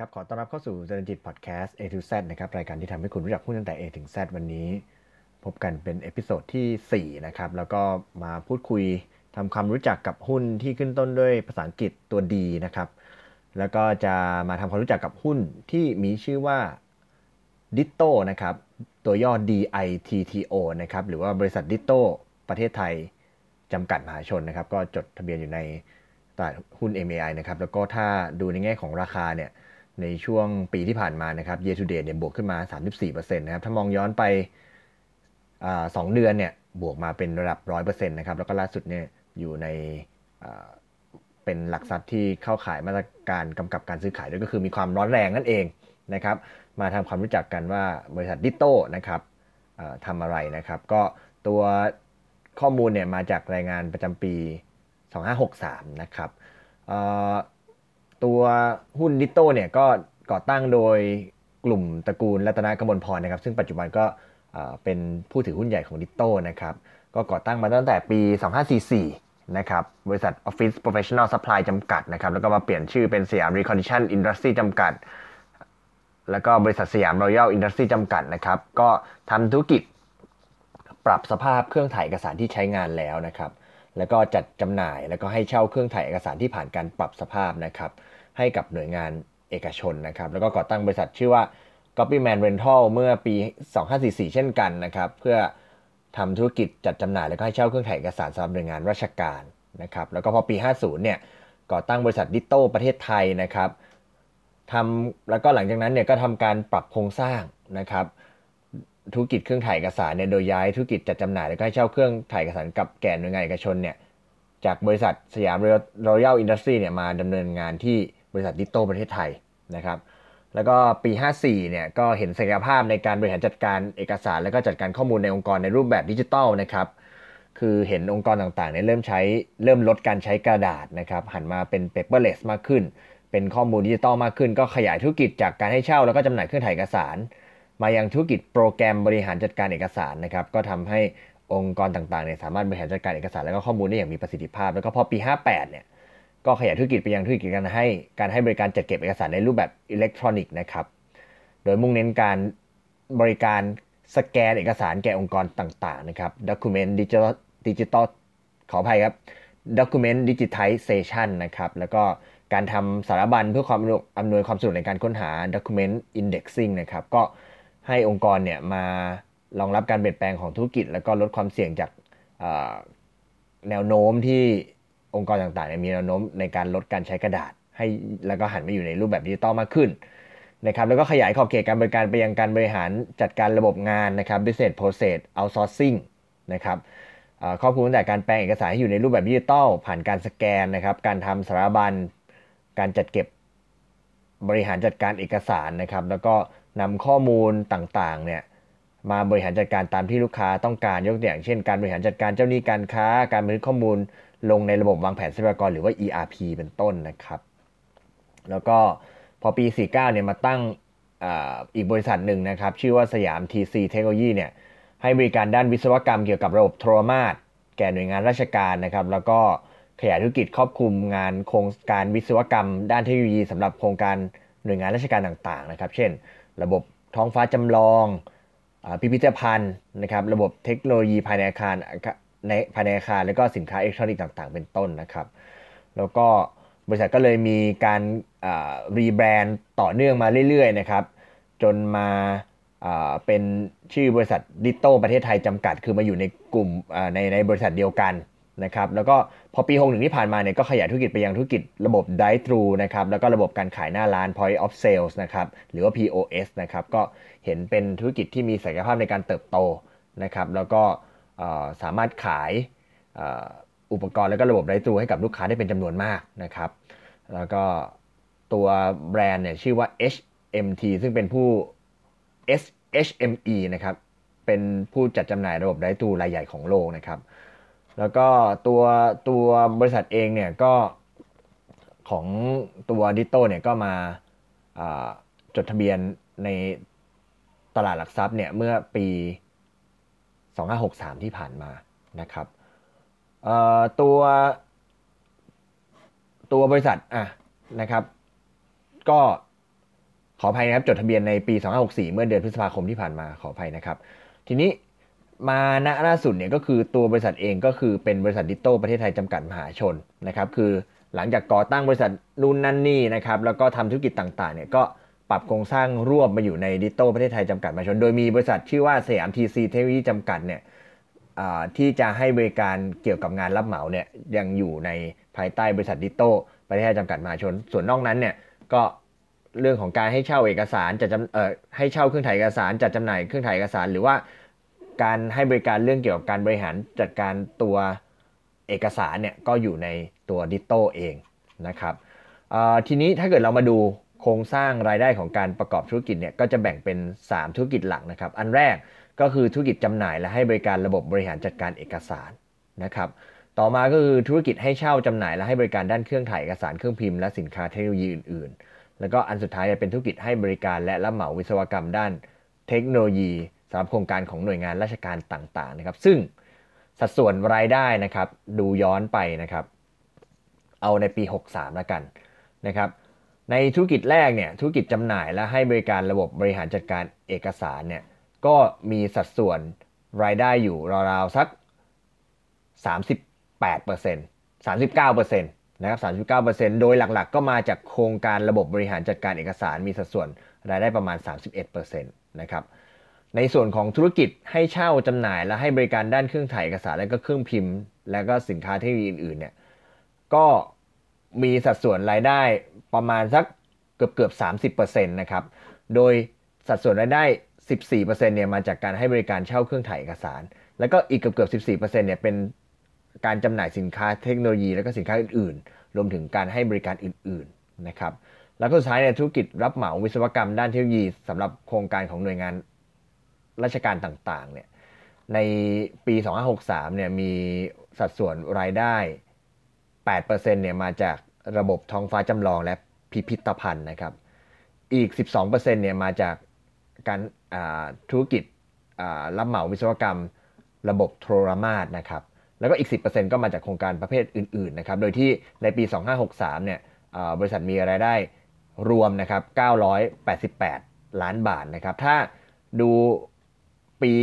ครับขอต้อนรับเข้าสู่เจริญจิตพอดแคสต์ A to Z นะครับรายการที่ทำให้คุณรู้จักหุ้นตั้งแต่ A ถึง Z วันนี้พบกันเป็นเอพิโซดที่4นะครับแล้วก็มาพูดคุยทำความรู้จักกับหุ้นที่ขึ้นต้นด้วยภาษาอังกฤษตัว D นะครับแล้วก็จะมาทำความรู้จักกับหุ้นที่มีชื่อว่า Ditto นะครับตัวย่อ DITTO นะครับหรือว่าบริษัท Ditto ประเทศไทยจำกัดมหาชนนะครับก็จดทะเบียนอยู่ในตลาดหุ้น MAI นะครับแล้วก็ถ้าดูในแง่ของราคาเนี่ยในช่วงปีที่ผ่านมานะครับ year to date เนี่ยบวกขึ้นมา 34% นะครับถ้ามองย้อนไป2 เดือนเนี่ยบวกมาเป็นระดับ 100% นะครับแล้วก็ล่าสุดเนี่ยอยู่ในเป็นหลักทรัพย์ที่เข้าข่ายมาตรการกำกับการซื้อขายด้วยก็คือมีความร้อนแรงนั่นเองนะครับมาทำความรู้จักกันว่าบริษัทดิโต้นะครับทำอะไรนะครับก็ตัวข้อมูลเนี่ยมาจากรายงานประจำปี2563นะครับตัวหุ้นดิโต้เนี่ยก็ก่อตั้งโดยกลุ่มตระกูลรัตนกมลพรนะครับซึ่งปัจจุบันก็เป็นผู้ถือหุ้นใหญ่ของดิโต้นะครับก็ก่อตั้งมาตั้งแต่ปี2544นะครับบริษัท Office Professional Supply จำกัดนะครับแล้วก็มาเปลี่ยนชื่อเป็นสยาม Recondition Industry จำกัดแล้วก็บริษัทสยาม Royal Industry จำกัดนะครับก็ทำธุรกิจปรับสภาพเครื่องถ่ายเอกสารที่ใช้งานแล้วนะครับแล้วก็จัดจำหน่ายแล้วก็ให้เช่าเครื่องถ่ายเอกสารที่ผ่านการปรับสภาพนะครับให้กับหน่วยงานเอกชนนะครับแล้วก็ก่อตั้งบริษัทชื่อว่า Copyman Rental เมื่อปี2544เช่นกันนะครับเพื่อทำธุรกิจจัดจำหน่ายแล้วก็ให้เช่าเครื่องถ่ายเอกสารสำหรับหน่วยงานราชการนะครับแล้วก็พอปี50เนี่ยก่อตั้งบริษัทดิโต้ประเทศไทยนะครับแล้วก็หลังจากนั้นเนี่ยก็ทำการปรับโครงสร้างนะครับธุรกิจเครื่องถ่ายเอกสารเนี่ยโดยย้ายธุรกิจจัดจำหน่ายแล้วก็ให้เช่าเครื่องถ่ายเอกสารกับแก่หน่วยงานเอกชนเนี่ยจากบริษัทสยามรอยัลอินดัสทรีเนี่ยมาดำเนินงานที่บริษัทดิโต้ประเทศไทยนะครับแล้วก็ปี54เนี่ยก็เห็นศักยภาพในการบริหารจัดการเอกสารแล้วก็จัดการข้อมูลในองค์กรในรูปแบบดิจิทัลนะครับคือเห็นองค์กรต่างๆเนี่ยเริ่มลดการใช้กระดาษนะครับหันมาเป็น paperless มากขึ้นเป็นข้อมูลดิจิตอลมากขึ้นก็ขยายธุรกิจจากการให้เช่าแล้วก็จำหน่ายเครื่องถ่ายเอกสารมายังธุรกิจโปรแกรมบริหารจัดการเอกสารนะครับก็ทำให้องค์กรต่างๆเนี่ยสามารถบริหารจัดการเอกสารแล้วก็ข้อมูลได้อย่างมีประสิทธิภาพแล้วก็พอปี58เนี่ยก็ขยายธุรกิจไปยังธุรกิจการให้บริการจัดเก็บเอกสารในรูปแบบอิเล็กทรอนิกส์นะครับโดยมุ่งเน้นการบริการสแกนเอกสารแก่องค์กรต่างๆนะครับ Document Digital ขออภัยครับ Document Digitization นะครับแล้วก็การทำสารบัญเพื่อความอำนวยความสะดวกในการค้นหา Document Indexing นะครับก็ให้องค์กรเนี่ยมารองรับการเปลี่ยนแปลงของธุรกิจแล้วก็ลดความเสี่ยงจากแนวโน้มที่องค์กรต่างๆมีแนวโน้มในการลดการใช้กระดาษให้แล้วก็หันมาอยู่ในรูปแบบดิจิตอลมากขึ้นนะครับแล้วก็ขยายขอบเขตการบริการไปยังการบริหารจัดการระบบงานนะครับ Business Process Outsourcing นะครับครอบคลุมตั้งแต่การแปลงเอกสารให้อยู่ในรูปแบบดิจิตอลผ่านการสแกนนะครับการทำสารบัญการจัดเก็บบริหารจัดการเอกสารนะครับแล้วก็นำข้อมูลต่างๆเนี่ยมาบริหารจัดการตามที่ลูกค้าต้องการยกตัวอย่างเช่นการบริหารจัดการเจ้าหนี้การค้าการบันทึกข้อมูลลงในระบบวางแผนทรัพยากรหรือว่า ERP เป็นต้นนะครับแล้วก็พอปี49เนี่ยมาตั้งอีกบริษัทหนึ่งนะครับชื่อว่าสยาม TC เทคโนโลยีเนี่ยให้บริการด้านวิศวกรรมเกี่ยวกับระบบโทรมาสแก่หน่วยงานราชการนะครับแล้วก็ขยายธุรกิจครอบคลุมงานโครงการวิศวกรรมด้านเทคโนโลยีสำหรับโครงการหน่วยงานราชการต่างๆนะครับเช่นระบบท้องฟ้าจำลองพิพิธภัณฑ์นะครับระบบเทคโนโลยีภายในอาคารแล้วก็สินค้าอิเล็กทรอนิกส์ต่างๆเป็นต้นนะครับแล้วก็บริษัทก็เลยมีการรีแบรนด์ต่อเนื่องมาเรื่อยๆนะครับจนมาเป็นชื่อบริษัทดิโต้ประเทศไทยจำกัดคือมาอยู่ในกลุ่มในบริษัทเดียวกันนะครับแล้วก็พอปี61ที่ผ่านมาเนี่ยก็ขยายธุรกิจไปยังธุรกิจระบบ Drive Thru นะครับแล้วก็ระบบการขายหน้าร้าน Point of Sales นะครับหรือว่า POS นะครับก็เห็นเป็นธุรกิจที่มีศักยภาพในการเติบโตนะครับแล้วก็สามารถขายอุปกรณ์แล้วก็ระบบ Drive Thru ให้กับลูกค้าได้เป็นจำนวนมากนะครับแล้วก็ตัวแบรนด์เนี่ยชื่อว่า HMT ซึ่งเป็นผู้ HME นะครับเป็นผู้จัดจำหน่ายระบบ Drive Thru รายใหญ่ของโลกนะครับแล้วก็ตัวบริษัทเองเนี่ยก็ของตัวดิโต้เนี่ยก็มาจดทะเบียนในตลาดหลักทรัพย์เนี่ยเมื่อปี2563ที่ผ่านมานะครับตัวบริษัทนะครับก็ขออภัยนะครับจดทะเบียนในปี2564เมื่อเดือนพฤษภาคมที่ผ่านมาขออภัยนะครับทีนี้มาณล่าสุดเนี่ยก็คือตัวบริษัทเองก็คือเป็นบริษัทดิจิตอลประเทศไทยจำกัดมหาชนนะครับคือหลังจากก่อตั้งบริษัทนู่นนั่นนี่นะครับแล้วก็ทำธุรกิจต่างๆเนี่ยก็ปรับโครงสร้างรวบมาอยู่ในดิจิตอลประเทศไทยจำกัดมหาชนโดยมีบริษัทชื่อว่าสยามทีซีเทคโนโลยีจำกัดเนี่ยที่จะให้บริการเกี่ยวกับงานรับเหมาเนี่ยยังอยู่ในภายใต้บริษัทดิจิตอลประเทศไทยจำกัดมหาชนส่วนนอกนั้นเนี่ยก็เรื่องของการให้เช่าเอกสารจัดให้เช่าเครื่องถ่ายเอกสารจัดจำหน่ายเครื่องถ่ายเอกสารหรือว่าการให้บริการเรื่องเกี่ยวกับการบริหารจัดการตัวเอกสารเนี่ยก็อยู่ในตัวดิจิตอลเองนะครับทีนี้ถ้าเกิดเรามาดูโครงสร้างรายได้ของการประกอบธุรกิจเนี่ยก็จะแบ่งเป็น3ธุรกิจหลักนะครับอันแรกก็คือธุรกิจจำหน่ายและให้บริการระบบบริหารจัดการเอกสารนะครับต่อมาก็คือธุรกิจให้เช่าจำหน่ายและให้บริการด้านเครื่องถ่ายเอกสารเครื่องพิมพ์และสินค้าเทคโนโลยีอื่นๆแล้วก็อันสุดท้ายเป็นธุรกิจให้บริการและรับเหมาวิศวกรรมด้านเทคโนโลยีสำหรับโครงการของหน่วยงานราชการต่างๆนะครับซึ่งสัดส่วนรายได้นะครับดูย้อนไปนะครับเอาในปี63แล้วกันนะครับในธุรกิจแรกเนี่ยธุรกิจจำหน่ายและให้บริการระบบบริหารจัดการเอกสารเนี่ยก็มีสัดส่วนรายได้อยู่ราวๆสัก38% 39%นะครับ39%โดยหลักๆก็มาจากโครงการระบบบริหารจัดการเอกสารมีสัดส่วนรายได้ประมาณ 31% นะครับในส่วนของธุรกิจให้เช่าจำหน่ายและให้บริการด้านเครื่องถ่ายเอกสารและก็เครื่องพิมพ์และก็สินค้าเทคโนโลยีอื่นๆเนี่ยก็มีสัดส่วนรายได้ประมาณสักเกือบ 30% นะครับโดยสัดส่วนรายได้ 14% เนี่ยมาจากการให้บริการเช่าเครื่องถ่ายเอกสารแล้วก็อีกเกือบ 14% เนี่ยเป็นการจำหน่ายสินค้าเทคโนโลยีและก็สินค้าอื่นๆรวมถึงการให้บริการอื่นๆนะครับแล้วก็สุดท้ายในธุรกิจรับเหมาวิศวกรรมด้านเทคโนโลยีสำหรับโครงการของหน่วยงานราชการต่างๆเนี่ยในปี2563เนี่ยมีสัดส่วนรายได้ 8% เนี่ยมาจากระบบท้องฟ้าจำลองและพิพิธภัณฑ์นะครับอีก 12% เนี่ยมาจากการธุรกิจรับเหมาวิศวกรรมระบบโทรมาศนะครับแล้วก็อีก 10% ก็มาจากโครงการประเภทอื่นๆนะครับโดยที่ในปี2563เนี่ยบริษัทมีรายได้รวมนะครับ988ล้านบาทนะครับถ้าดูปี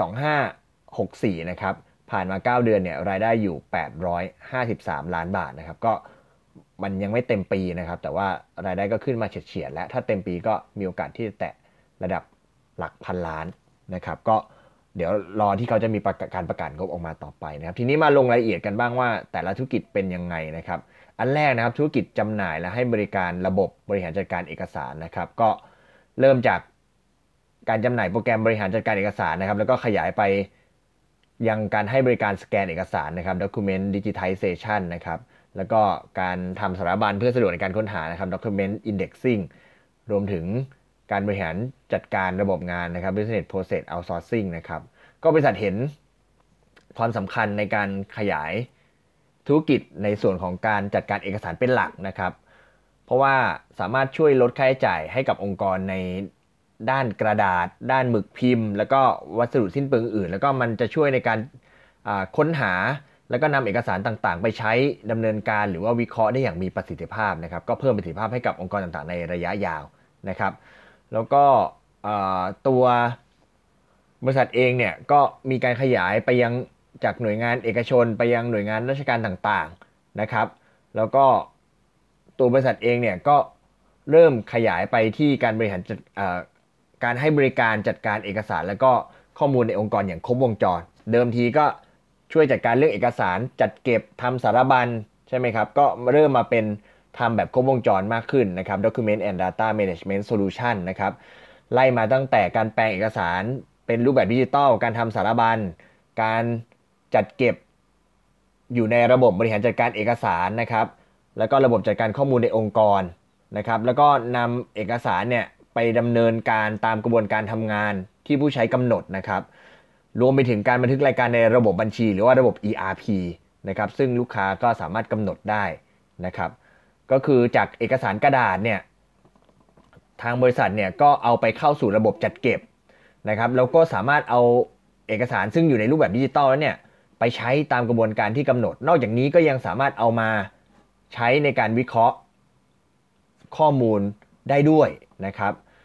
2564นะครับผ่านมา9เดือนเนี่ยรายได้อยู่853ล้านบาทนะครับก็มันยังไม่เต็มปีนะครับแต่ว่ารายได้ก็ขึ้นมาเฉียดๆแล้วถ้าเต็มปีก็มีโอกาสที่จะแตะระดับหลักพันล้านนะครับก็เดี๋ยวรอที่เขาจะมีการประกาศงบออกมาต่อไปนะครับทีนี้มาลงรายละเอียดกันบ้างว่าแต่ละธุรกิจเป็นยังไงนะครับอันแรกนะครับธุรกิจจำหน่ายและให้บริการระบบบริหารจัดการเอกสารนะครับก็เริ่มจากการจำหน่ายโปรแกรมบริหารจัดการเอกสารนะครับแล้วก็ขยายไปยังการให้บริการสแกนเอกสารนะครับ Document Digitization นะครับแล้วก็การทำสารบัญเพื่อสะดวกในการค้นหานะครับ Document Indexing รวมถึงการบริหารจัดการระบบงานนะครับ Business Process Outsourcing นะครับก็บริษัทเห็นความสำคัญในการขยายธุรกิจในส่วนของการจัดการเอกสารเป็นหลักนะครับเพราะว่าสามารถช่วยลดค่าใช้จ่ายให้กับองค์กรในด้านกระดาษด้านหมึกพิมพ์แล้วก็วัสดุสิ้นเปลืองอื่นแล้วก็มันจะช่วยในการค้นหาแล้วก็นำเอกสารต่างๆไปใช้ดำเนินการหรือว่าวิเคราะห์ได้อย่างมีประสิทธิภาพนะครับก็เพิ่มประสิทธิภาพให้กับองค์กรต่างๆในระยะยาวนะครับแล้วก็ตัวบริษัทเองเนี่ยก็มีการขยายไปยังจากหน่วยงานเอกชนไปยังหน่วยงานราชการต่างๆนะครับแล้วก็ตัวบริษัทเองเนี่ยก็เริ่มขยายไปที่การบริหารการให้บริการจัดการเอกสารแล้วก็ข้อมูลในองค์กรอย่างครบวงจรเดิมทีก็ช่วยจัดการเรื่องเอกสารจัดเก็บทำสารบัญใช่ไหมครับก็เริ่มมาเป็นทำแบบครบวงจรมากขึ้นนะครับ Document and Data Management Solution นะครับไล่มาตั้งแต่การแปลงเอกสารเป็นรูปแบบดิจิตอลการทำสารบัญการจัดเก็บอยู่ในระบบบริหารจัดการเอกสารนะครับแล้วก็ระบบจัดการข้อมูลในองค์กรนะครับแล้วก็นำเอกสารเนี่ยไปดำเนินการตามกระบวนการทำงานที่ผู้ใช้กำหนดนะครับรวมไปถึงการบันทึกรายการในระบบบัญชีหรือว่าระบบ ERP นะครับซึ่งลูกค้าก็สามารถกำหนดได้นะครับก็คือจากเอกสารกระดาษเนี่ยทางบริษัทเนี่ยก็เอาไปเข้าสู่ระบบจัดเก็บนะครับแล้วก็สามารถเอาเอกสารซึ่งอยู่ในรูปแบบดิจิตอลแล้วเนี่ยไปใช้ตามกระบวนการที่กำหนดนอกจากนี้ก็ยังสามารถเอามาใช้ในการวิเคราะห์ข้อมูลได้ด้วยนะครับ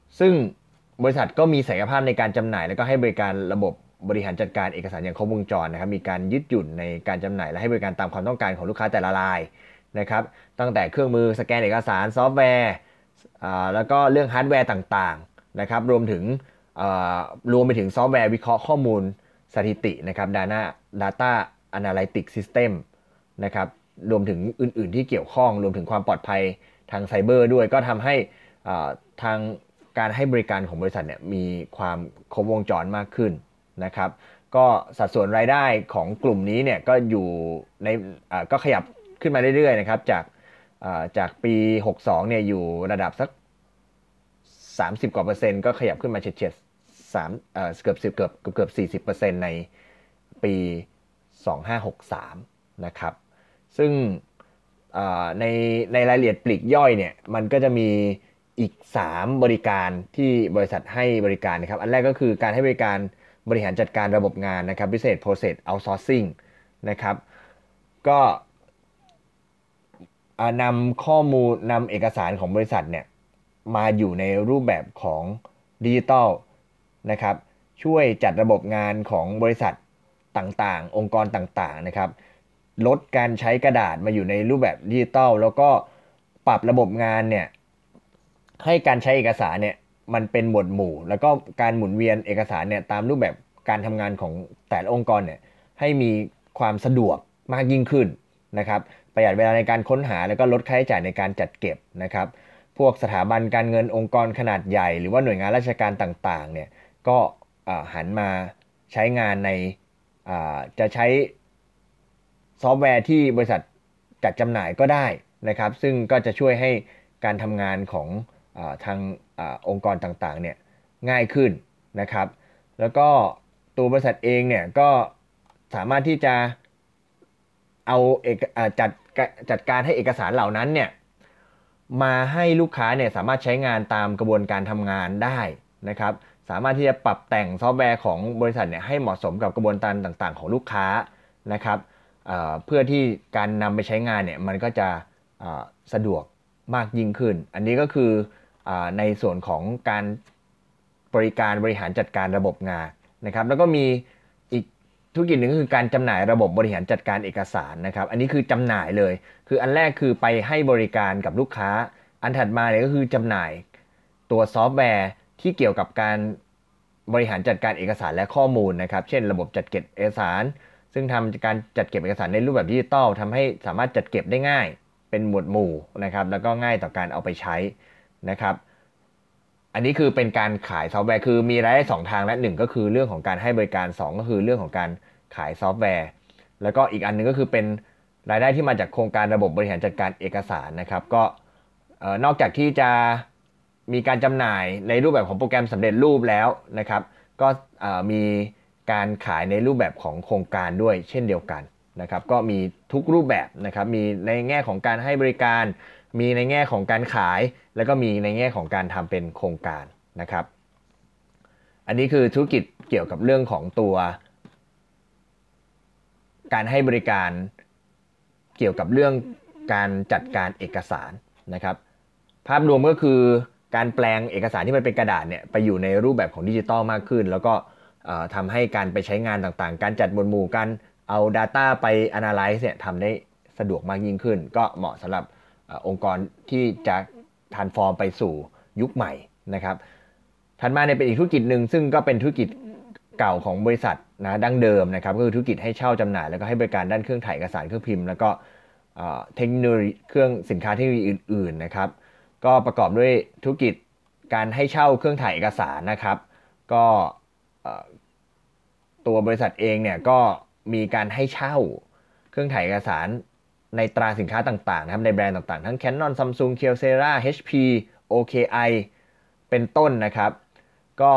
ซึ่งบริษัทก็มีศักยภาพในการจำหน่ายและก็ให้บริการระบบบริหารจัดการเอกสารอย่างครบวงจรนะครับมีการยืดหยุ่นในการจำหน่ายและให้บริการตามความต้องการของลูกค้าแต่ละรายนะครับตั้งแต่เครื่องมือสแกนเอกสารซอฟต์แวร์แล้วก็เรื่องฮาร์ดแวร์ต่างๆนะครับรวมไปถึงซอฟต์แวร์วิเคราะห์ข้อมูลสถิตินะครับ Data Analytics System นะครับรวมถึงอื่นๆที่เกี่ยวข้องรวมถึงความปลอดภัยทางไซเบอร์ด้วยก็ทำให้ทางการให้บริการของบริษัทเนี่ยมีความครบวงจรมากขึ้นนะครับก็สัดส่วนรายได้ของกลุ่มนี้เนี่ยก็อยู่ในก็ขยับขึ้นมาเรื่อยๆนะครับจากปี62เนี่ยอยู่ระดับสัก30กว่าเปอร์เซ็นต์ก็ขยับขึ้นมาเฉียด3เกือบ10เกือบ40%ในปี2563นะครับซึ่งในรายละเอียดปลีกย่อยเนี่ยมันก็จะมีอีก3บริการที่บริษัทให้บริการนะครับอันแรกก็คือการให้บริการบริหารจัดการระบบงานนะครับ Business Process Outsourcing นะครับก็นำข้อมูลนำเอกสารของบริษัทเนี่ยมาอยู่ในรูปแบบของดิจิตอลนะครับช่วยจัดระบบงานของบริษัทต่างๆองค์กรต่างๆนะครับลดการใช้กระดาษมาอยู่ในรูปแบบดิจิตอลแล้วก็ปรับระบบงานเนี่ยให้การใช้เอกสารเนี่ยมันเป็นหมวดหมู่แล้วก็การหมุนเวียนเอกสารเนี่ยตามรูปแบบการทำงานของแต่ละองค์กรเนี่ยให้มีความสะดวกมากยิ่งขึ้นนะครับประหยัดเวลาในการค้นหาแล้วก็ลดค่าใช้จ่ายในการจัดเก็บนะครับพวกสถาบันการเงินองค์กรขนาดใหญ่หรือว่าหน่วยงานราชการต่างๆเนี่ยก็หันมาใช้งานในจะใช้ซอฟต์แวร์ที่บริษัทจัดจำหน่ายก็ได้นะครับซึ่งก็จะช่วยให้การทำงานของทางองค์กรต่างๆเนี่ยง่ายขึ้นนะครับแล้วก็ตัวบริษัทเองเนี่ยก็สามารถที่จะเอาจัดการให้เอกสารเหล่านั้นเนี่ยมาให้ลูกค้าเนี่ยสามารถใช้งานตามกระบวนการทำงานได้นะครับสามารถที่จะปรับแต่งซอฟต์แวร์ของบริษัทเนี่ยให้เหมาะสมกับกระบวนการต่างๆของลูกค้านะครับเพื่อที่การนำไปใช้งานเนี่ยมันก็จะสะดวกมากยิ่งขึ้นอันนี้ก็คือในส่วนของการบริหารจัดการระบบงานนะครับแล้วก็มีอีกธุรกิจหนึ่งก็คือการจำหน่ายระบบบริหารจัดการเอกสารนะครับอันนี้คือจำหน่ายเลยคืออันแรกคือไปให้บริการกับลูกค้าอันถัดมาเนี่ยก็คือจำหน่ายตัวซอฟต์แวร์ที่เกี่ยวกับการบริหารจัดการเอกสารและข้อมูลนะครับเช่นระบบจัดเก็บเอกสารซึ่งทำการจัดเก็บเอกสารในรูปแบบดิจิตอลทำให้สามารถจัดเก็บได้ง่ายเป็นหมวดหมู่นะครับแล้วก็ง่ายต่อการเอาไปใช้นะครับอันนี้คือเป็นการขายซอฟต์แวร์คือมีรายได้2ทางและ1ก็คือเรื่องของการให้บริการ2ก็คือเรื่องของการขายซอฟต์แวร์แล้วก็อีกอันนึงก็คือเป็นรายได้ที่มาจากโครงการระบบบริหารจัดการเอกสารนะครับก็นอกจากที่จะมีการจำหน่ายในรูปแบบของโปรแกรมสำเร็จรูปแล้วนะครับก็มีการขายในรูปแบบของโครงการด้วยเช่นเดียวกันนะครับก็มีทุกรูปแบบนะครับมีในแง่ของการให้บริการมีในแง่ของการขายแล้วก็มีในแง่ของการทำเป็นโครงการนะครับอันนี้คือธุรกิจเกี่ยวกับเรื่องของตัวการให้บริการเกี่ยวกับเรื่องการจัดการเอกสารนะครับภาพรวมก็คือการแปลงเอกสารที่มันเป็นกระดาษเนี่ยไปอยู่ในรูปแบบของดิจิตอลมากขึ้นแล้วก็ทำให้การไปใช้งานต่างๆการจัดหมวดหมู่การเอา Data ไป Analyze เนี่ยทำได้สะดวกมากยิ่งขึ้นก็เหมาะสำหรับองค์กรที่จะtransformไปสู่ยุคใหม่นะครับถัดมาเนี่ยเป็นอีกธุรกิจหนึ่งซึ่งก็เป็นธุรกิจเก่าของบริษัทนะดั้งเดิมนะครับก็คือธุรกิจให้เช่าจำหน่ายแล้วก็ให้บริการด้านเครื่องถ่ายเอกสารเครื่องพิมพ์แล้วก็เทคโนโลยีเครื่องสินค้าเทคโนโลยีอื่นๆนะครับก็ประกอบด้วยธุรกิจการให้เช่าเครื่องถ่ายเอกสารนะครับก็ตัวบริษัทเองเนี่ยก็มีการให้เช่าเครื่องถ่ายเอกสารในตราสินค้าต่างๆนะครับในแบรนด์ต่างๆทั้ง Canon Samsung Kyocera HP OKI เป็นต้นนะครับก็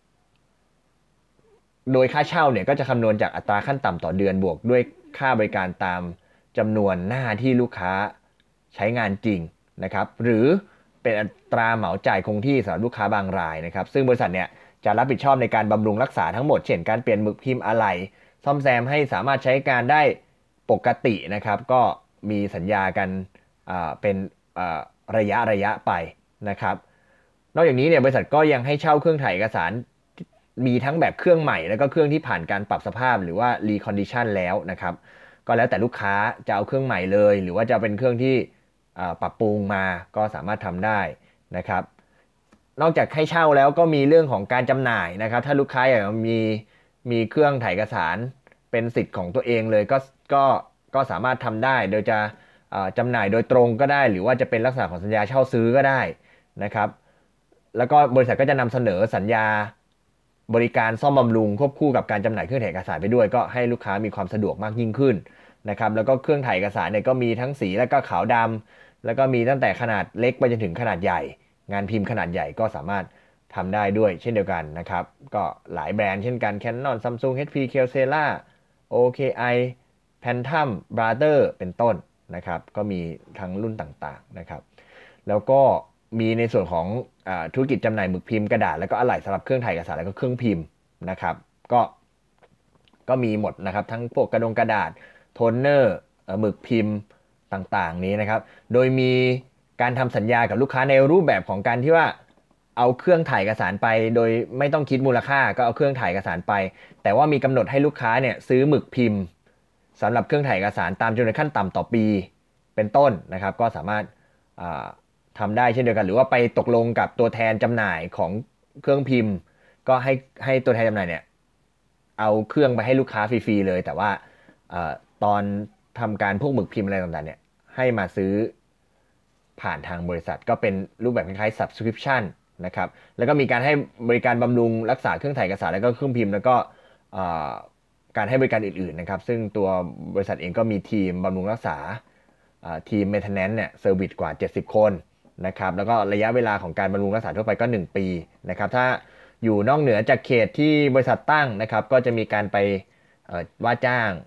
โดยค่าเช่าเนี่ยก็จะคำนวณจากอัตราขั้นต่ำต่อเดือนบวกด้วยค่าบริการตามจำนวนหน้าที่ลูกค้าใช้งานจริงนะครับหรือเป็นอัตราเหมาจ่ายคงที่สำหรับลูกค้าบางรายนะครับซึ่งบริษัทเนี่ยจะรับผิดชอบในการบำรุงรักษาทั้งหมดเช่นการเปลี่ยนหมึกพิมพ์อะไหล่ซ่อมแซมให้สามารถใช้การได้ปกตินะครับก็มีสัญญากันเป็นระยะไปนะครับนอกจากนี้เนี่ยบริษัทก็ยังให้เช่าเครื่องถ่ายเอกสารมีทั้งแบบเครื่องใหม่แล้วก็เครื่องที่ผ่านการปรับสภาพหรือว่ารีคอนดิชันแล้วนะครับก็แล้วแต่ลูกค้าจะเอาเครื่องใหม่เลยหรือว่าจะเป็นเครื่องที่ปรับปรุงมาก็สามารถทำได้นะครับนอกจากให้เช่าแล้วก็มีเรื่องของการจำหน่ายนะครับถ้าลูกค้าอยากมีเครื่องถ่ายเอกสารเป็นสิทธิ์ของตัวเองเลยก็ก็สามารถทำได้โดยจะจำหน่ายโดยตรงก็ได้หรือว่าจะเป็นลักษณะของสัญญาเช่าซื้อก็ได้นะครับแล้วก็บริษัทก็จะนำเสนอสัญญาบริการซ่อมบำรุงควบคู่กับการจำหน่ายเครื่องถ่ายเอกสารไปด้วยก็ให้ลูกค้ามีความสะดวกมากยิ่งขึ้นนะครับแล้วก็เครื่องถ่ายเอกสารเนี่ยก็มีทั้งสีและก็ขาวดำแล้วก็มีตั้งแต่ขนาดเล็กไปจนถึงขนาดใหญ่งานพิมพ์ขนาดใหญ่ก็สามารถทำได้ด้วยเช่นเดียวกันนะครับก็หลายแบรนด์เช่นกัน Canon Samsung HP Kyocera OKI Phantom Brother เป็นต้นนะครับก็มีทั้งรุ่นต่างๆนะครับแล้วก็มีในส่วนของธุรกิจจำหน่ายหมึกพิมพ์กระดาษแล้วก็อะไหล่สำหรับเครื่องถ่ายเอกสารแล้วก็เครื่องพิมพ์นะครับก็มีหมดนะครับทั้งพวกกระดาษโทนเนอร์หมึกพิมพ์ต่างๆนี้นะครับโดยมีการทำสัญญากับลูกค้าในรูปแบบของการที่ว่าเอาเครื่องถ่ายเอกสารไปโดยไม่ต้องคิดมูลค่าก็เอาเครื่องถ่ายเอกสารไปแต่ว่ามีกำหนดให้ลูกค้าเนี่ยซื้อหมึกพิมพ์สำหรับเครื่องถ่ายเอกสารตามจำนวนขั้นต่ำต่อปีเป็นต้นนะครับก็สามารถทำได้เช่นเดียวกันหรือว่าไปตกลงกับตัวแทนจำหน่ายของเครื่องพิมพ์ก็ให้ตัวแทนจำหน่ายเนี่ยเอาเครื่องไปให้ลูกค้าฟรีๆเลยแต่ว่าตอนทำการพวกหมึกพิมพ์อะไรต่างๆเนี่ยให้มาซื้อผ่านทางบริษัทก็เป็นรูปแบบคล้ายๆ subscription นะครับแล้วก็มีการให้บริการบำรุงรักษาเครื่องถ่ายเอกสารแล้วก็เครื่องพิมพ์แล้วก็การให้บริการอื่นๆนะครับซึ่งตัวบริษัทเองก็มีทีมบำรุงรักษาทีม maintenance เนี่ยเซอร์วิสกว่า70คนนะครับแล้วก็ระยะเวลาของการบำรุงรักษาทั่วไปก็1ปีนะครับถ้าอยู่นอกเหนือจากเขตที่บริษัทตั้งนะครับก็จะมีการไปว่าจ้าง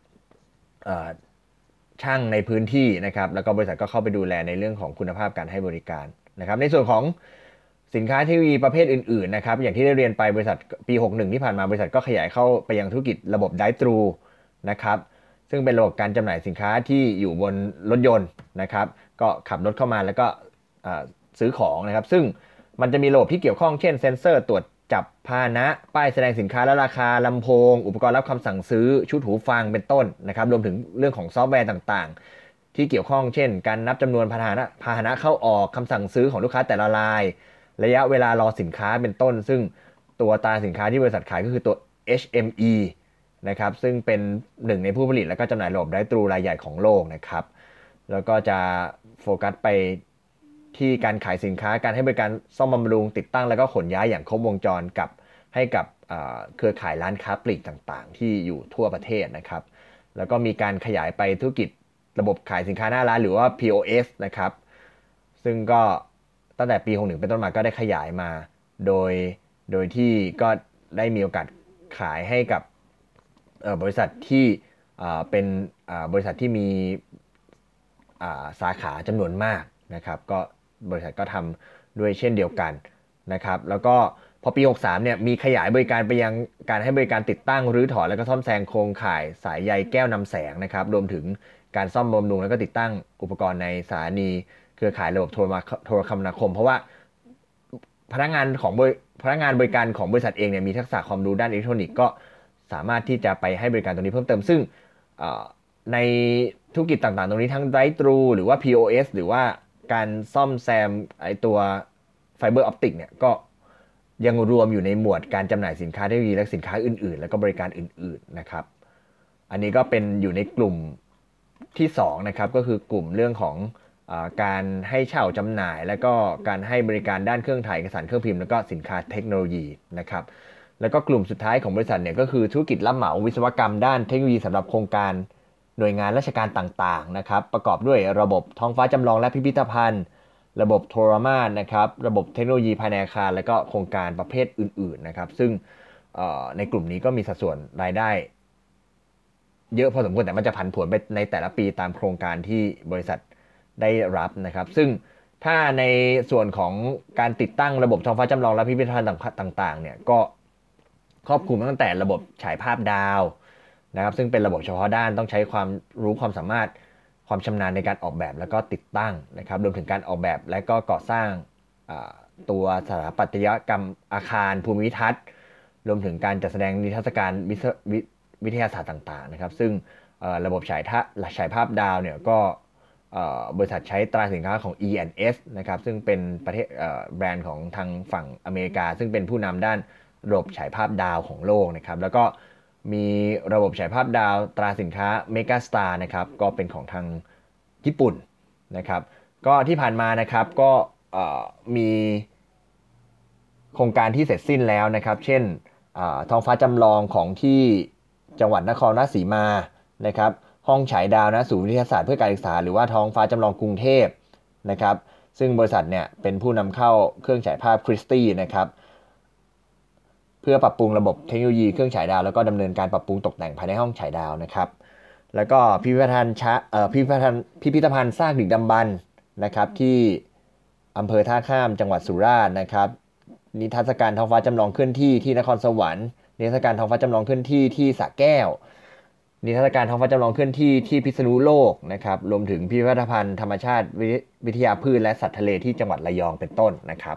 ช่างในพื้นที่นะครับแล้วก็บริษัทก็เข้าไปดูแลในเรื่องของคุณภาพการให้บริการนะครับในส่วนของสินค้าเทคโนโลยีประเภทอื่นๆนะครับอย่างที่ได้เรียนไปบริษัทปี61ที่ผ่านมาบริษัทก็ขยายเข้าไปยังธุรกิจระบบ Drive-thru นะครับซึ่งเป็นระบบการจำหน่ายสินค้าที่อยู่บนรถยนต์นะครับก็ขับรถเข้ามาแล้วก็ซื้อของนะครับซึ่งมันจะมีระบบที่เกี่ยวข้องเช่นเซ็นเซอร์ตรวจจับพาหนะป้ายแสดงสินค้าและราคาลำโพงอุปกรณ์รับคำสั่งซื้อชุดหูฟังเป็นต้นนะครับรวมถึงเรื่องของซอฟต์แวร์ต่างๆที่เกี่ยวข้องเช่นการนับจำนวนพาหนะเข้าออกคำสั่งซื้อของลูกค้าแต่ละรายระยะเวลารอสินค้าเป็นต้นซึ่งตัวตราสินค้าที่บริษัทขายก็คือตัว HME นะครับซึ่งเป็นหนึ่งในผู้ผลิตและก็จำหน่ายระบบไดรฟ์ทรูรายใหญ่ของโลกนะครับแล้วก็จะโฟกัสไปที่การขายสินค้าการให้บริการซ่อมบำรุงติดตั้งแล้วก็ขนย้ายอย่างครบวงจรให้กับเครือข่ายร้านค้าปลีกต่างๆที่อยู่ทั่วประเทศนะครับแล้วก็มีการขยายไปธุรกิจระบบขายสินค้าหน้าร้านหรือว่า POS นะครับซึ่งก็ตั้งแต่ปี61เป็นต้นมาก็ได้ขยายมาโดยที่ก็ได้มีโอกาสขายให้กับบริษัทที่เป็นบริษัทที่มีสาขาจำนวนมากนะครับก็บริษัทก็ทำด้วยเช่นเดียวกันนะครับแล้วก็พอปี63เนี่ยมีขยายบริการไปยังการให้บริการติดตั้งรื้อถอนแล้วก็ซ่อมแซมโครงข่ายสายใยแก้วนำแสงนะครับรวมถึงการซ่อมบำรุงแล้วก็ติดตั้งอุปกรณ์ในสถานีเครือข่ายระบบโทรคมนาคมเพราะว่าพนักงานบริการของบริษัทเองเนี่ยมีทักษะความรู้ด้านอิเล็กทรอนิกส์ก็สามารถที่จะไปให้บริการตรงนี้เพิ่มเติมซึ่งในธุรกิจต่างๆตรงนี้ทั้ง Drive-thru หรือว่า POS หรือว่าการซ่อมแซมไอตัวไฟเบอร์ออปติกเนี่ยก็ยังรวมอยู่ในหมวดการจำหน่ายสินค้าเทคโนโลยีและสินค้าอื่นๆแล้วก็บริการอื่นๆนะครับอันนี้ก็เป็นอยู่ในกลุ่มที่2นะครับก็คือกลุ่มเรื่องของการให้เช่าจำหน่ายและก็การให้บริการด้านเครื่องถ่ายเอกสารเครื่องพิมพ์แล้วก็สินค้าเทคโนโลยีนะครับแล้วก็กลุ่มสุดท้ายของบริษัทเนี่ยก็คือธุรกิจรับเหมาวิศวกรรมด้านเทคโนโลยีสำหรับโครงการหน่วยงานราชการต่างๆนะครับประกอบด้วยระบบท้องฟ้าจำลองและพิพิธภัณฑ์ระบบโทรมาศนะครับระบบเทคโนโลยีภายในอาคารและก็โครงการประเภทอื่นๆนะครับซึ่งในกลุ่มนี้ก็มีสัดส่วนรายได้เยอะพอสมควรแต่มันจะผันผวนไปในแต่ละปีตามโครงการที่บริษัทได้รับนะครับซึ่งถ้าในส่วนของการติดตั้งระบบท้องฟ้าจำลองและพิพิธภัณฑ์ต่างๆเนี่ยก็ครอบคลุมตั้งแต่ระบบฉายภาพดาวนะครับซึ่งเป็นระบบเฉพาะด้านต้องใช้ความรู้ความสามารถความชำนาญในการออกแบบแล้วก็ติดตั้งนะครับรวมถึงการออกแบบและก็ก่อสร้างตัวสถาปัตยกรรมอาคารภูมิทัศน์รวมถึงการจัดแสดงนิทรรศการวิทยาศาสตร์ต่างๆนะครับซึ่งระบบฉายภาพดาวเนี่ยก็บริษัทใช้ตราสินค้าของ E&S นะครับซึ่งเป็นประเทศแบรนด์ของทางฝั่งอเมริกาซึ่งเป็นผู้นำด้านระบบฉายภาพดาวของโลกนะครับแล้วก็มีระบบฉายภาพดาวตราสินค้า Megastar นะครับก็เป็นของทางญี่ปุ่นนะครับก็ที่ผ่านมานะครับก็มีโครงการที่เสร็จสิ้นแล้วนะครับเช่นท้องฟ้าจำลองของที่จังหวัดนครราชสีมานะครับห้องฉายดาวนะศูนย์วิทยาศาสตร์เพื่อการศึกษาหรือว่าท้องฟ้าจำลองกรุงเทพนะครับซึ่งบริษัทเนี่ยเป็นผู้นำเข้าเครื่องฉายภาพคริสตี้นะครับเพื่อปรับปรุงระบบเทคโนโลยีเครื่องฉายดาวแล้วก็ดำเนินการปรับปรุงตกแต่งภายในห้องฉายดาวนะครับแล้วก็พิพิธภัณฑ์ซากดึกดำบรรพ์นะครับที่อำเภอท่าข้ามจังหวัดสุราษฎร์นะครับนิทรรศการท้องฟ้าจำลองเคลื่อนที่ที่นครสวรรค์นิทรรศการท้องฟ้าจำลองเคลื่อนที่ที่สระแก้วนิทรรศการท้องฟ้าจำลองเคลื่อนที่ที่พิษณุโลกนะครับรวมถึงพิพิธภัณฑ์ธรรมชาติวิทยาพืชและสัตว์ทะเลที่จังหวัดระยองเป็นต้นนะครับ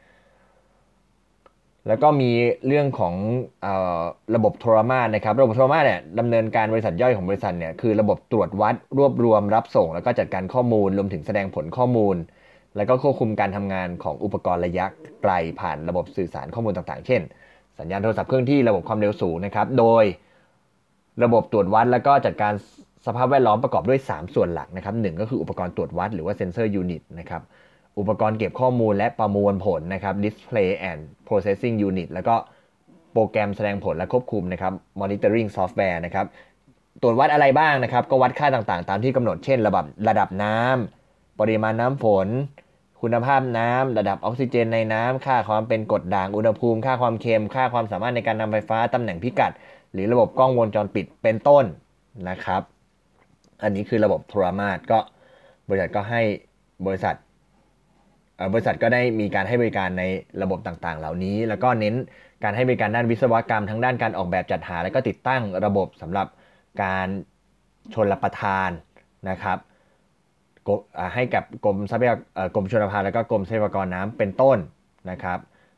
แล้วก็มีเรื่องของระบบโทรมาสนะครับระบบโทรมาสเนี่ยดำเนินการบริษัทย่อยของบริษัทเนี่ยคือระบบตรวจวัดรวบรวมรับส่งแล้วก็จัดการข้อมูลรวมถึงแสดงผลข้อมูลแล้วก็ควบคุมการทำงานของอุปกรณ์ระยะไกลผ่านระบบสื่อสารข้อมูลต่างๆเช่นสัญญาณโทรศัพท์เคลื่อนที่ระบบความเร็วสูงนะครับโดยระบบตรวจวัดแล้วก็จัดการสภาพแวดล้อมประกอบด้วย3ส่วนหลักนะครับ1ก็คืออุปกรณ์ตรวจวัดหรือว่าเซนเซอร์ยูนิตนะครับอุปกรณ์เก็บข้อมูลและประมวลผลนะครับ Display and Processing Unit แล้วก็โปรแกรมแสดงผลและควบคุมนะครับ Monitoring Software นะครับตรวจวัดอะไรบ้างนะครับก็วัดค่าต่างๆตามที่กำหนดเช่นระดับน้ำปริมาณน้ำฝนคุณภาพน้ำระดับออกซิเจนในน้ำค่าความเป็นกรดด่างอุณหภูมิค่าความเค็มค่าความสามารถในการนำไฟฟ้าตำแหน่งพิกัดหรือระบบกล้องวงจรปิดเป็นต้นนะครับอันนี้คือระบบโทรมาสก็บริษัทก็ให้บริษัทก็ได้มีการให้บริการในระบบต่างๆเหล่านี้แล้วก็เน้นการให้บริการด้านวิศวกรรมทั้งด้านการออกแบบจัดหาและก็ติดตั้งระบบสำหรับการชลประทานนะครับให้กับกรมทรัพยากรกรมชลประทานและก็กรมทรัพยากรน้ำเป็นต้นนะครับ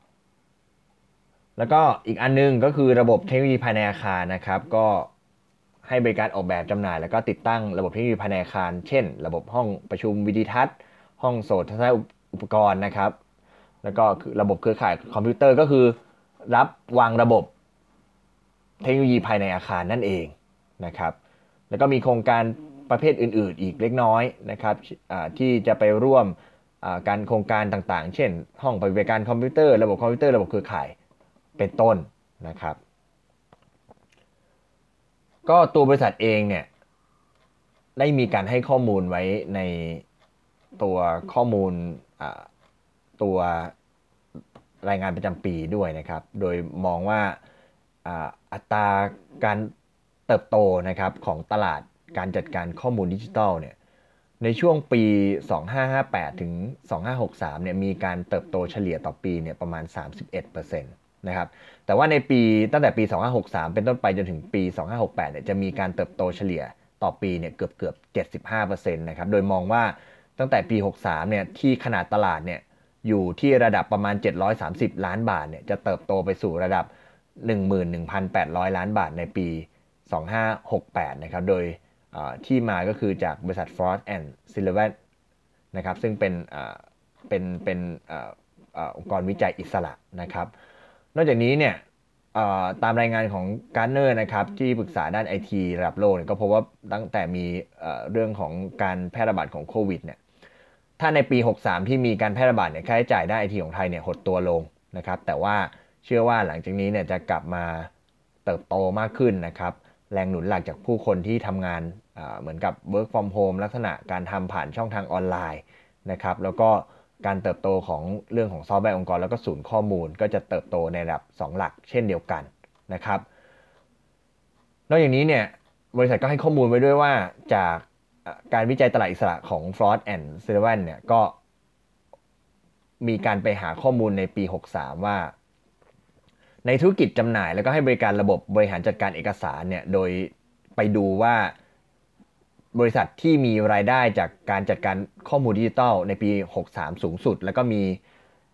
แล้วก็อีกอันนึงก็คือระบบเทคโนโลยีภายในอาคารนะครับก็ให้บริการออกแบบจำหน่ายแล้วก็ติดตั้งระบบเทคโนโลยีภายในอาคารเช่นระบบห้องประชุมวิดีทัศน์ห้องโสตทัศนอุปกรณ์นะครับแล้วก็ระบบเครือข่ายคอมพิวเตอร์ก็คือรับวางระบบเทคโนโลยีภายในอาคารนั่นเองนะครับแล้วก็มีโครงการประเภทอื่นๆอีกเล็กน้อยนะครับที่จะไปร่วมการโครงการต่างๆเช่นห้องปฏิบัติการคอมพิวเตอร์ระบบคอมพิวเตอร์ระบบเครือข่ายเป็นต้นนะครับก็ตัวบริษัทเองเนี่ยได้มีการให้ข้อมูลไว้ในตัวข้อมูลตัวรายงานประจำปีด้วยนะครับโดยมองว่าอัตราการเติบโตนะครับของตลาดการจัดการข้อมูลดิจิทัลเนี่ยในช่วงปี 2558 ถึง 2563 เนี่ยมีการเติบโตเฉลี่ยต่อปีเนี่ยประมาณ 31% นะครับแต่ว่าในปีตั้งแต่ปี 2563 เป็นต้นไปจนถึงปี 2568 เนี่ยจะมีการเติบโตเฉลี่ยต่อปีเนี่ยเกือบ 75% นะครับโดยมองว่าตั้งแต่ปี 63 เนี่ยที่ขนาดตลาดเนี่ยอยู่ที่ระดับประมาณ 730 ล้านบาทเนี่ยจะเติบโตไปสู่ระดับ 11,800 ล้านบาทในปี 2568 นะครับโดยที่มาก็คือจากบริษัท Frost & Sullivan นะครับซึ่งเป็นองค์กรวิจัยอิสระนะครับนอกจากนี้เนี่ยตามรายงานของ Gartner นะครับที่ปรึกษาด้าน IT ระดับโลกเนี่ยก็พบว่าตั้งแต่มีเรื่องของการแพร่ระบาดของโควิดเนี่ยถ้าในปี 63 ที่มีการแพร่ระบาดเนี่ยค่าใช้จ่ายด้าน IT ของไทยเนี่ยหดตัวลงนะครับแต่ว่าเชื่อว่าหลังจากนี้เนี่ยจะกลับมาเติบโตมากขึ้นนะครับแรงหนุนหลักจากผู้คนที่ทำงานเหมือนกับ work from home ลักษณะการทำผ่านช่องทางออนไลน์นะครับแล้วก็การเติบโตของเรื่องของซอฟต์แวร์องค์กรแล้วก็ศูนย์ข้อมูลก็จะเติบโตในระดับ2หลักเช่นเดียวกันนะครับนอกจากนี้เนี่ยบริษัทก็ให้ข้อมูลไว้ด้วยว่าจากการวิจัยตลาดอิสระของ Frost & Sullivan เนี่ยก็มีการไปหาข้อมูลในปี 63 ว่าในธุรกิจจำหน่ายแล้วก็ให้บริการระบบบริหารจัดการเอกสารเนี่ยโดยไปดูว่าบริษัทที่มีรายได้จากการจัดการข้อมูลดิจิทัลในปี 63 สูงสุดแล้วก็มี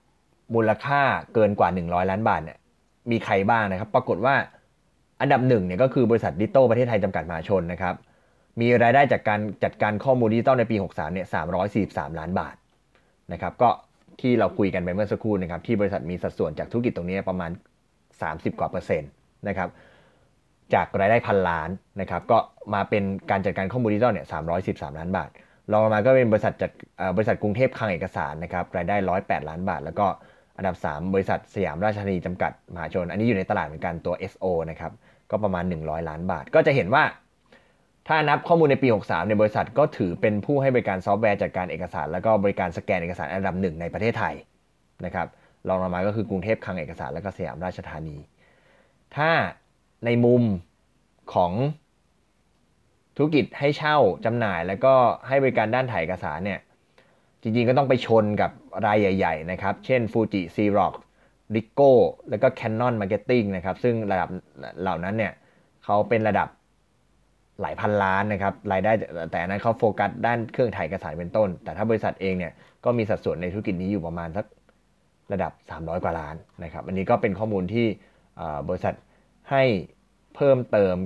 มูลค่าเกินกว่า100ล้านบาทเนี่ยมีใครบ้างนะครับปรากฏว่าอันดับหนึ่งเนี่ยก็คือบริษัทดิจิตอลประเทศไทยจำกัดมหาชนนะครับมีรายได้จากการจัดการข้อมูลดิจิตอลในปี63เนี่ย343ล้านบาทนะครับก็ที่เราคุยกันไปเมื่อสักครู่นะครับที่บริษัทมีสัดส่วนจากธุรกิจตรงนี้ประมาณ30กว่าเปอร์เซ็นต์นะครับจากรายได้พันล้านนะครับก็มาเป็นการจัดการข้อมูลดิจิตอลเนี่ย313ล้านบาทรองลงมาก็เป็นบริษัทกรุงเทพคลังเอกสารนะครับรายได้108ล้านบาทแล้วก็อันดับ3บริษัทสยามราชธานีจำกัดมหาชนอันนี้อยู่ในตลาดเหมือนกันตัว SO นะครับก็ประมาณ100ล้านบาทก็จะเห็นว่าถ้านับข้อมูลในปี63ในบริษัทก็ถือเป็นผู้ให้บริการซอฟต์แวร์จัดการเอกสารแล้วก็บริการสแกนเอกสารอันดับหนึ่งในประเทศไทยนะครับรองลงมาก็คือกรุงเทพคลังเอกสารแล้วก็สยามราชธานีถ้าในมุมของธุรกิจให้เช่าจำหน่ายแล้วก็ให้บริการด้านถ่ายเอกสารเนี่ยจริงๆก็ต้องไปชนกับรายใหญ่ๆนะครับเช่น Fuji Xerox Ricoh แล้วก็ Canon Marketing นะครับซึ่งระดับเหล่านั้นเนี่ยเขาเป็นระดับหลายพันล้านนะครับรายได้แต่นั้นเขาโฟกัสด้านเครื่องถ่ายเอกสารเป็นต้นแต่ถ้าบริษัทเองเนี่ยก็มีสัดส่วนในธุรกิจนี้อยู่ประมาณสักระดับ300กว่าล้านนะครับอันนี้ก็เป็นข้อมูลที่บริษัทให้เพิ่มเติม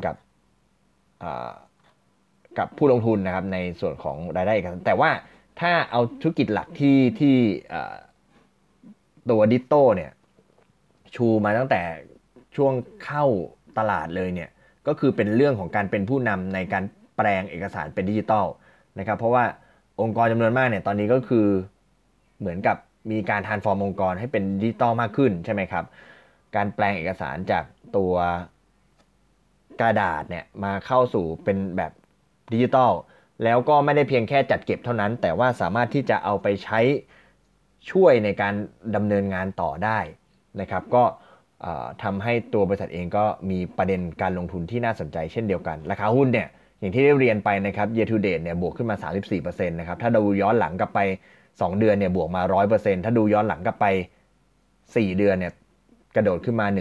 กับผู้ลงทุนนะครับในส่วนของรายได้เอกสารแต่ว่าถ้าเอาธุรกิจหลักที่ตัวดิจิตอลเนี่ยชูมาตั้งแต่ช่วงเข้าตลาดเลยเนี่ยก็คือเป็นเรื่องของการเป็นผู้นำในการแปลงเอกสารเป็นดิจิตอลนะครับเพราะว่าองค์กรจำนวนมากเนี่ยตอนนี้ก็คือเหมือนกับมีการทรานส์ฟอร์มองค์กรให้เป็นดิจิตอลมากขึ้นใช่ไหมครับการแปลงเอกสารจากตัวกระดาษเนี่ยมาเข้าสู่เป็นแบบดิจิตอลแล้วก็ไม่ได้เพียงแค่จัดเก็บเท่านั้นแต่ว่าสามารถที่จะเอาไปใช้ช่วยในการดำเนินงานต่อได้นะครับก็ทำให้ตัวบริษัทเองก็มีประเด็นการลงทุนที่น่าสนใจเช่นเดียวกันราคาหุ้นเนี่ยอย่างที่ได้เรียนไปนะครับ year to date เนี่ยบวกขึ้นมา 34% นะครับถ้าดูย้อนหลังกลับไป2เดือนเนี่ยบวกมา 100% ถ้าดูย้อนหลังกลับไป4เดือนเนี่ยกระโดดขึ้นมา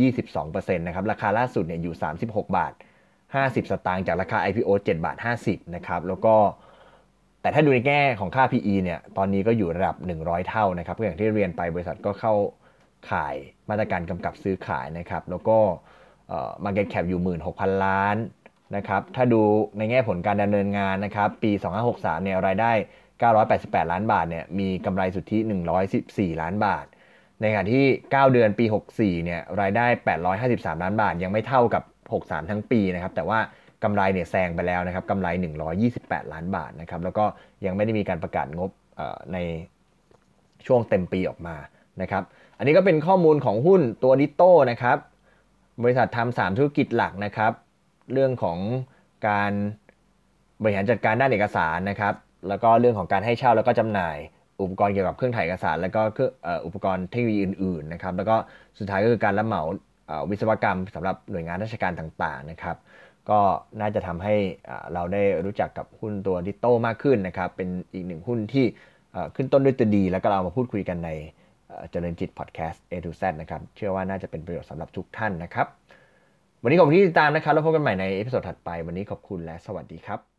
122% นะครับราคาล่าสุดเนี่ยอยู่36บาท50สตางค์จากราคา IPO 7บาท50นะครับแล้วก็แต่ถ้าดูในแง่ของค่า PE เนี่ยตอนนี้ก็อยู่ระดับ100เท่านะครับก็อย่างที่เรียนไปบริษัทก็เข้าข่ายมาตรการกำกับซื้อขายนะครับแล้วก็market cap อยู่ 16,000 ล้านนะครับถ้าดูในแง่ผลการดำเนินงานนะครับปี2563เนี่ยรายได้988ล้านบาทเนี่ยมีกำไรสุทธิ114ล้านบาทในขณะที่9เดือนปี64เนี่ยรายได้853ล้านบาทยังไม่เท่ากับ63ทั้งปีนะครับแต่ว่ากำไรเนี่ยแซงไปแล้วนะครับกำไร128ล้านบาทนะครับแล้วก็ยังไม่ได้มีการประกาศงบในช่วงเต็มปีออกมานะครับอันนี้ก็เป็นข้อมูลของหุ้นตัวดิโต้นะครับบริษัททำ3ธุรกิจหลักนะครับเรื่องของการบริหารจัดการด้านเอกสารนะครับแล้วก็เรื่องของการให้เช่าแล้วก็จำหน่ายอุปกรณ์เกี่ยวกับเครื่องถ่ายเอกสารแล้วก็อุปกรณ์เทคโนโลยีอื่นๆนะครับแล้วก็สุดท้ายก็คือการรับเหมาวิศวกรรมสำหรับหน่วยงานราชการต่างๆนะครับก็น่าจะทำให้เราได้รู้จักกับหุ้นตัวดิโต้มากขึ้นนะครับเป็นอีกหนึ่งหุ้นที่ขึ้นต้นด้วยตัวดีแล้วก็เรามาพูดคุยกันในเจริญจิตพอดแคสต์ A to Z นะครับเชื่อว่าน่าจะเป็นประโยชน์สำหรับทุกท่านนะครับวันนี้ขอบคุณที่ติดตามนะครับแล้วพบกันใหม่ในเอพิโซดถัดไปวันนี้ขอบคุณและสวัสดีครับ